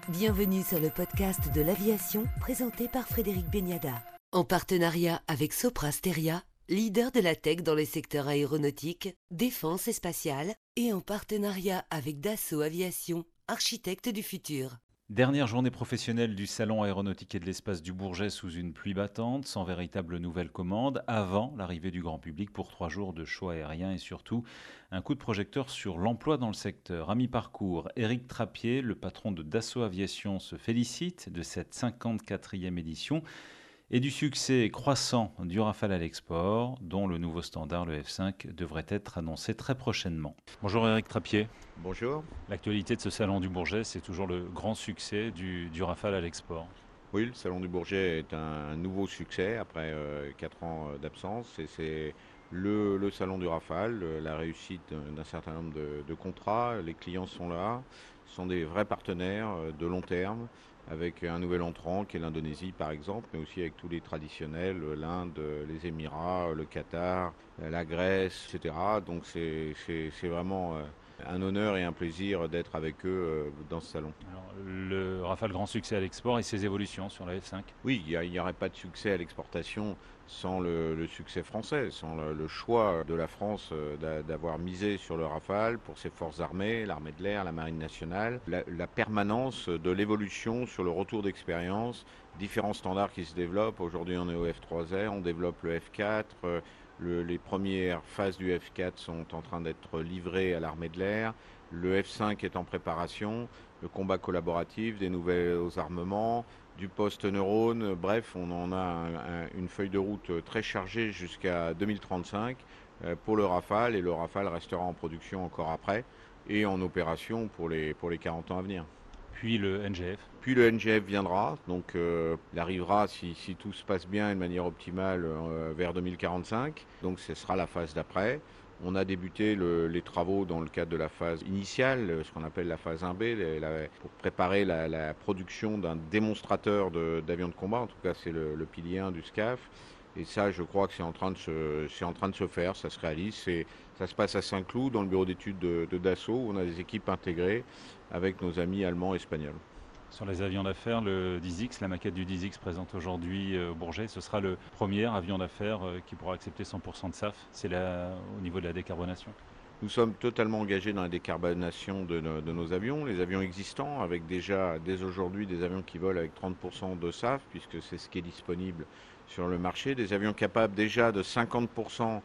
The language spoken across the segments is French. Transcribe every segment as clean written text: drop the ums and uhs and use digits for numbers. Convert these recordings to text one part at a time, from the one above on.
Bienvenue sur le podcast de l'aviation présenté par Frédéric Beniada. En partenariat avec Sopra Steria, leader de la tech dans les secteurs aéronautique, défense et spatiale, et en partenariat avec Dassault Aviation, architecte du futur. Dernière journée professionnelle du Salon aéronautique et de l'espace du Bourget sous une pluie battante, sans véritable nouvelle commande, avant l'arrivée du grand public pour 3 jours de show aérien et surtout un coup de projecteur sur l'emploi dans le secteur. À mi-parcours, Éric Trappier, le patron de Dassault Aviation, se félicite de cette 54e édition et du succès croissant du Rafale à l'export, dont le nouveau standard, le F5, devrait être annoncé très prochainement. Bonjour Éric Trappier. Bonjour. L'actualité de ce salon du Bourget, c'est toujours le grand succès du Rafale à l'export. Oui, le salon du Bourget est un nouveau succès après 4 ans d'absence et c'est le salon du Rafale, la réussite d'un certain nombre de contrats. Les clients sont là, ce sont des vrais partenaires de long terme avec un nouvel entrant qui est l'Indonésie par exemple, mais aussi avec tous les traditionnels, l'Inde, les Émirats, le Qatar, la Grèce, etc. Donc c'est vraiment un honneur et un plaisir d'être avec eux dans ce salon. Alors, le Rafale grand succès à l'export et ses évolutions sur la F5. Oui, il n'y aurait pas de succès à l'exportation sans le succès français, sans le choix de la France d'avoir misé sur le Rafale pour ses forces armées, l'armée de l'air, la marine nationale, la permanence de l'évolution sur le retour d'expérience, différents standards qui se développent. Aujourd'hui, on est au F3R, on développe le F4. Les premières phases du F4 sont en train d'être livrées à l'armée de l'air. Le F5 est en préparation, le combat collaboratif, des nouveaux armements, du post-neurone. Bref, on en a une feuille de route très chargée jusqu'à 2035 pour le Rafale, et le Rafale restera en production encore après et en opération pour les 40 ans à venir. Puis le NGF. Puis le NGF viendra, donc il arrivera si tout se passe bien et de manière optimale vers 2045, donc ce sera la phase d'après. On a débuté les travaux dans le cadre de la phase initiale, ce qu'on appelle la phase 1B, pour préparer la production d'un démonstrateur d'avions de combat, en tout cas c'est le pilier 1 du SCAF. Et ça, je crois que c'est en train de se faire, ça se réalise. Ça se passe à Saint-Cloud, dans le bureau d'études de Dassault, où on a des équipes intégrées avec nos amis allemands et espagnols. Sur les avions d'affaires, le 10X, la maquette du 10X présente aujourd'hui au Bourget, ce sera le premier avion d'affaires qui pourra accepter 100% de SAF. C'est là au niveau de la décarbonation. Nous sommes totalement engagés dans la décarbonation de nos avions, les avions existants, avec déjà dès aujourd'hui des avions qui volent avec 30% de SAF, puisque c'est ce qui est disponible sur le marché, des avions capables déjà de 50%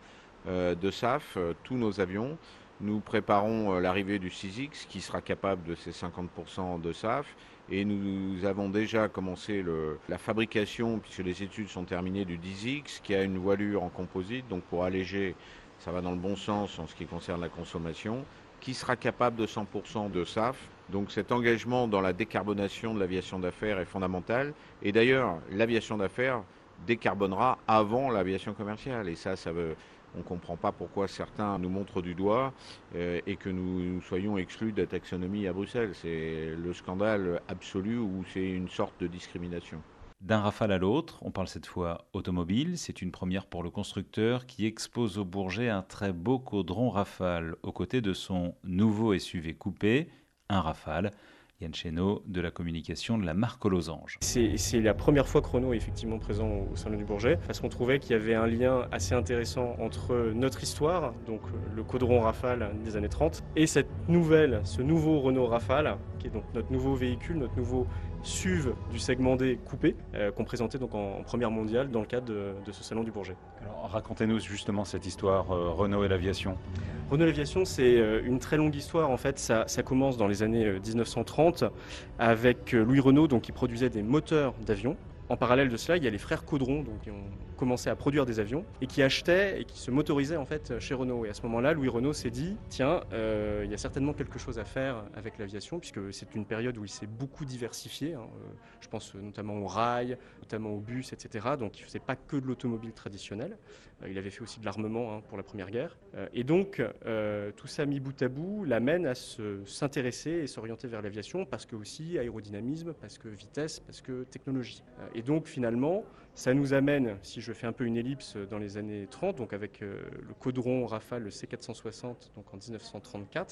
de SAF, tous nos avions. Nous préparons l'arrivée du 6X qui sera capable de ces 50% de SAF, et nous avons déjà commencé la fabrication, puisque les études sont terminées, du 10X qui a une voilure en composite, donc pour alléger, ça va dans le bon sens en ce qui concerne la consommation, qui sera capable de 100% de SAF. Donc cet engagement dans la décarbonation de l'aviation d'affaires est fondamental, et d'ailleurs l'aviation d'affaires décarbonera avant l'aviation commerciale, et ça veut... On ne comprend pas pourquoi certains nous montrent du doigt et que nous soyons exclus de la taxonomie à Bruxelles. C'est le scandale absolu où c'est une sorte de discrimination. D'un Rafale à l'autre, on parle cette fois automobile. C'est une première pour le constructeur qui expose au Bourget un très beau caudron Rafale aux côtés de son nouveau SUV coupé, un Rafale. Yann Chesneau de la communication de la marque aux losanges. C'est la première fois que Renault est effectivement présent au Salon du Bourget, parce qu'on trouvait qu'il y avait un lien assez intéressant entre notre histoire, donc le caudron Rafale des années 30, et ce nouveau Renault Rafale, qui est donc notre nouveau véhicule, notre nouveau SUV du segment D coupé, qu'on présentait donc en première mondiale dans le cadre de ce Salon du Bourget. Alors, racontez-nous justement cette histoire Renault et l'aviation. Renault Aviation, c'est une très longue histoire. En fait, ça commence dans les années 1930 avec Louis Renault, donc, qui produisait des moteurs d'avions. En parallèle de cela, il y a les frères Caudron, donc, qui ont commencé à produire des avions et qui achetaient et qui se motorisaient en fait chez Renault. Et à ce moment-là, Louis Renault s'est dit tiens, il y a certainement quelque chose à faire avec l'aviation, puisque c'est une période où il s'est beaucoup diversifié. Je pense notamment au rail, notamment au bus, etc. Donc il ne faisait pas que de l'automobile traditionnelle. Il avait fait aussi de l'armement pour la Première Guerre. Et donc tout ça mis bout à bout l'amène à s'intéresser et s'orienter vers l'aviation, parce que aussi aérodynamisme, parce que vitesse, parce que technologie. Et donc finalement, ça nous amène, si je fais un peu une ellipse, dans les années 30, donc avec le caudron Rafale, le C460, donc en 1934,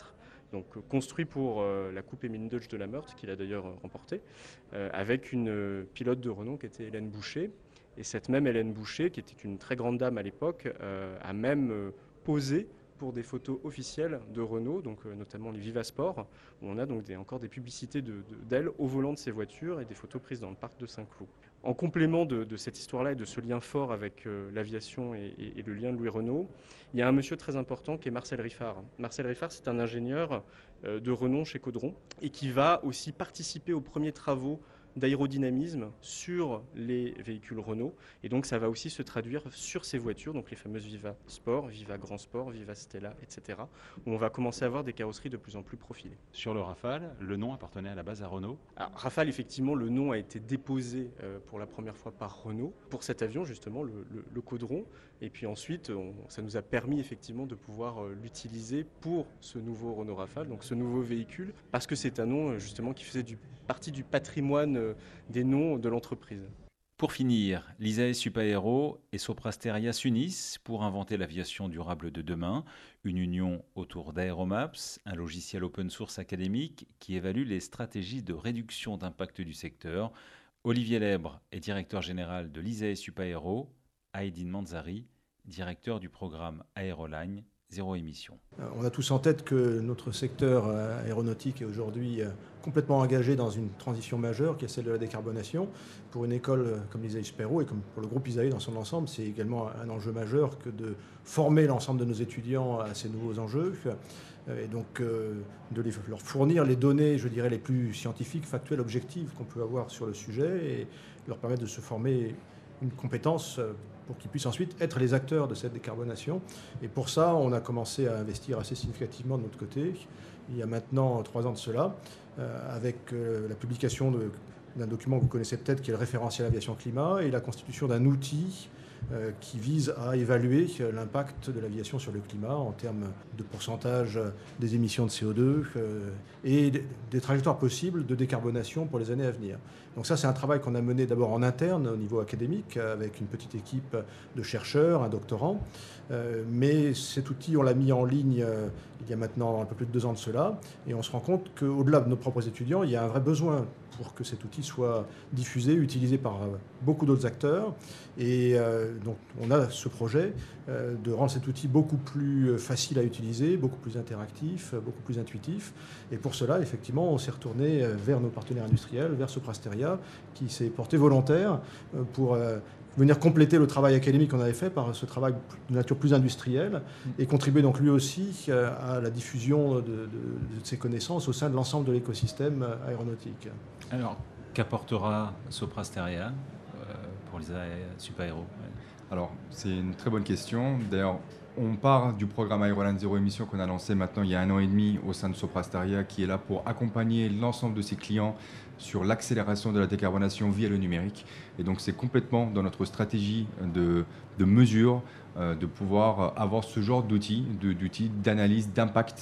donc construit pour la Coupe Émile Deutsch de la Meurthe, qu'il a d'ailleurs remportée, avec une pilote de renom qui était Hélène Boucher. Et cette même Hélène Boucher, qui était une très grande dame à l'époque, a même posé pour des photos officielles de Renault, donc notamment les Vivasport, où on a donc encore des publicités d'elle au volant de ses voitures et des photos prises dans le parc de Saint-Cloud. En complément de cette histoire-là et de ce lien fort avec l'aviation et le lien de Louis Renault, il y a un monsieur très important qui est Marcel Riffard. Marcel Riffard, c'est un ingénieur de renom chez Caudron et qui va aussi participer aux premiers travaux d'aérodynamisme sur les véhicules Renault. Et donc ça va aussi se traduire sur ces voitures, donc les fameuses Viva Sport, Viva Grand Sport, Viva Stella, etc. où on va commencer à avoir des carrosseries de plus en plus profilées. Sur le Rafale, le nom appartenait à la base à Renault. Alors, Rafale, effectivement, le nom a été déposé pour la première fois par Renault pour cet avion, justement, le Caudron. Et puis ensuite, ça nous a permis effectivement de pouvoir l'utiliser pour ce nouveau Renault Rafale, donc ce nouveau véhicule, parce que c'est un nom justement qui faisait partie du patrimoine des noms de l'entreprise. Pour finir, l'ISAE Supaéro et Soprasteria s'unissent pour inventer l'aviation durable de demain, une union autour d'Aeromaps, un logiciel open source académique qui évalue les stratégies de réduction d'impact du secteur. Olivier Lèbre est directeur général de l'ISAE Supaéro, Aydin Manzari, directeur du programme Aéroline Zéro Émission. On a tous en tête que notre secteur aéronautique est aujourd'hui complètement engagé dans une transition majeure qui est celle de la décarbonation. Pour une école comme l'ISAE Supaéro et comme pour le groupe ISAE dans son ensemble, c'est également un enjeu majeur que de former l'ensemble de nos étudiants à ces nouveaux enjeux et donc de leur fournir les données, je dirais, les plus scientifiques, factuelles, objectives qu'on peut avoir sur le sujet et leur permettre de se former une compétence pour qu'ils puissent ensuite être les acteurs de cette décarbonation. Et pour ça, on a commencé à investir assez significativement de notre côté, il y a maintenant 3 ans de cela, avec la publication d'un document que vous connaissez peut-être, qui est le référentiel aviation climat, et la constitution d'un outil qui vise à évaluer l'impact de l'aviation sur le climat en termes de pourcentage des émissions de CO2 et des trajectoires possibles de décarbonation pour les années à venir. Donc ça, c'est un travail qu'on a mené d'abord en interne au niveau académique avec une petite équipe de chercheurs, un doctorant. Mais cet outil, on l'a mis en ligne il y a maintenant un peu plus de 2 ans de cela. Et on se rend compte qu'au-delà de nos propres étudiants, il y a un vrai besoin pour que cet outil soit diffusé, utilisé par beaucoup d'autres acteurs. Et donc on a ce projet de rendre cet outil beaucoup plus facile à utiliser, beaucoup plus interactif, beaucoup plus intuitif. Et pour cela, effectivement, on s'est retourné vers nos partenaires industriels, vers Soprasteria, qui s'est porté volontaire pour venir compléter le travail académique qu'on avait fait par ce travail de nature plus industrielle et contribuer donc lui aussi à la diffusion de ses connaissances au sein de l'ensemble de l'écosystème aéronautique. Alors, qu'apportera Soprasteria pour l'ISAE Supaéro? Alors, c'est une très bonne question. D'ailleurs, on part du programme Aéroline Zéro Émission qu'on a lancé maintenant il y a 1 an et demi au sein de Soprasteria, qui est là pour accompagner l'ensemble de ses clients sur l'accélération de la décarbonation via le numérique. Et donc c'est complètement dans notre stratégie de mesure de pouvoir avoir ce genre d'outils d'analyse d'impact.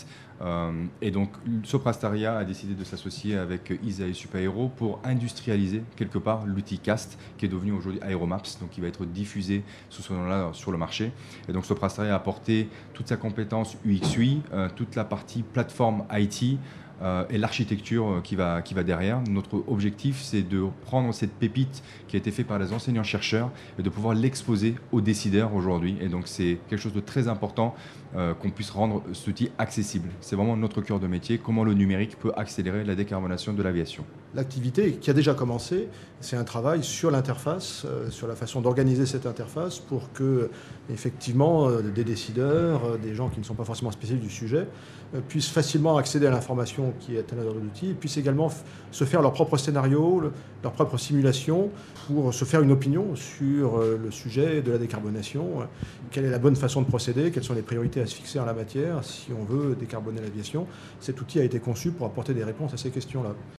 Et donc Soprasteria a décidé de s'associer avec ISAE Supaéro pour industrialiser quelque part l'outil CAST qui est devenu aujourd'hui Aeromaps, donc qui va être diffusé sous ce nom-là sur le marché. Et donc Soprasteria a apporté toute sa compétence UX/UI, toute la partie plateforme IT, et l'architecture qui va derrière. Notre objectif, c'est de prendre cette pépite qui a été faite par les enseignants-chercheurs et de pouvoir l'exposer aux décideurs aujourd'hui. Et donc, c'est quelque chose de très important qu'on puisse rendre cet outil accessible. C'est vraiment notre cœur de métier, comment le numérique peut accélérer la décarbonation de l'aviation. L'activité qui a déjà commencé, c'est un travail sur l'interface, sur la façon d'organiser cette interface pour que, effectivement, des décideurs, des gens qui ne sont pas forcément spécialistes du sujet, puissent facilement accéder à l'information qui est à l'intérieur de l'outil, et puissent également se faire leur propre scénario, leur propre simulation, pour se faire une opinion sur le sujet de la décarbonation. Quelle est la bonne façon de procéder? Quelles sont les priorités à se fixer en la matière si on veut décarboner l'aviation? Cet outil a été conçu pour apporter des réponses à ces questions-là.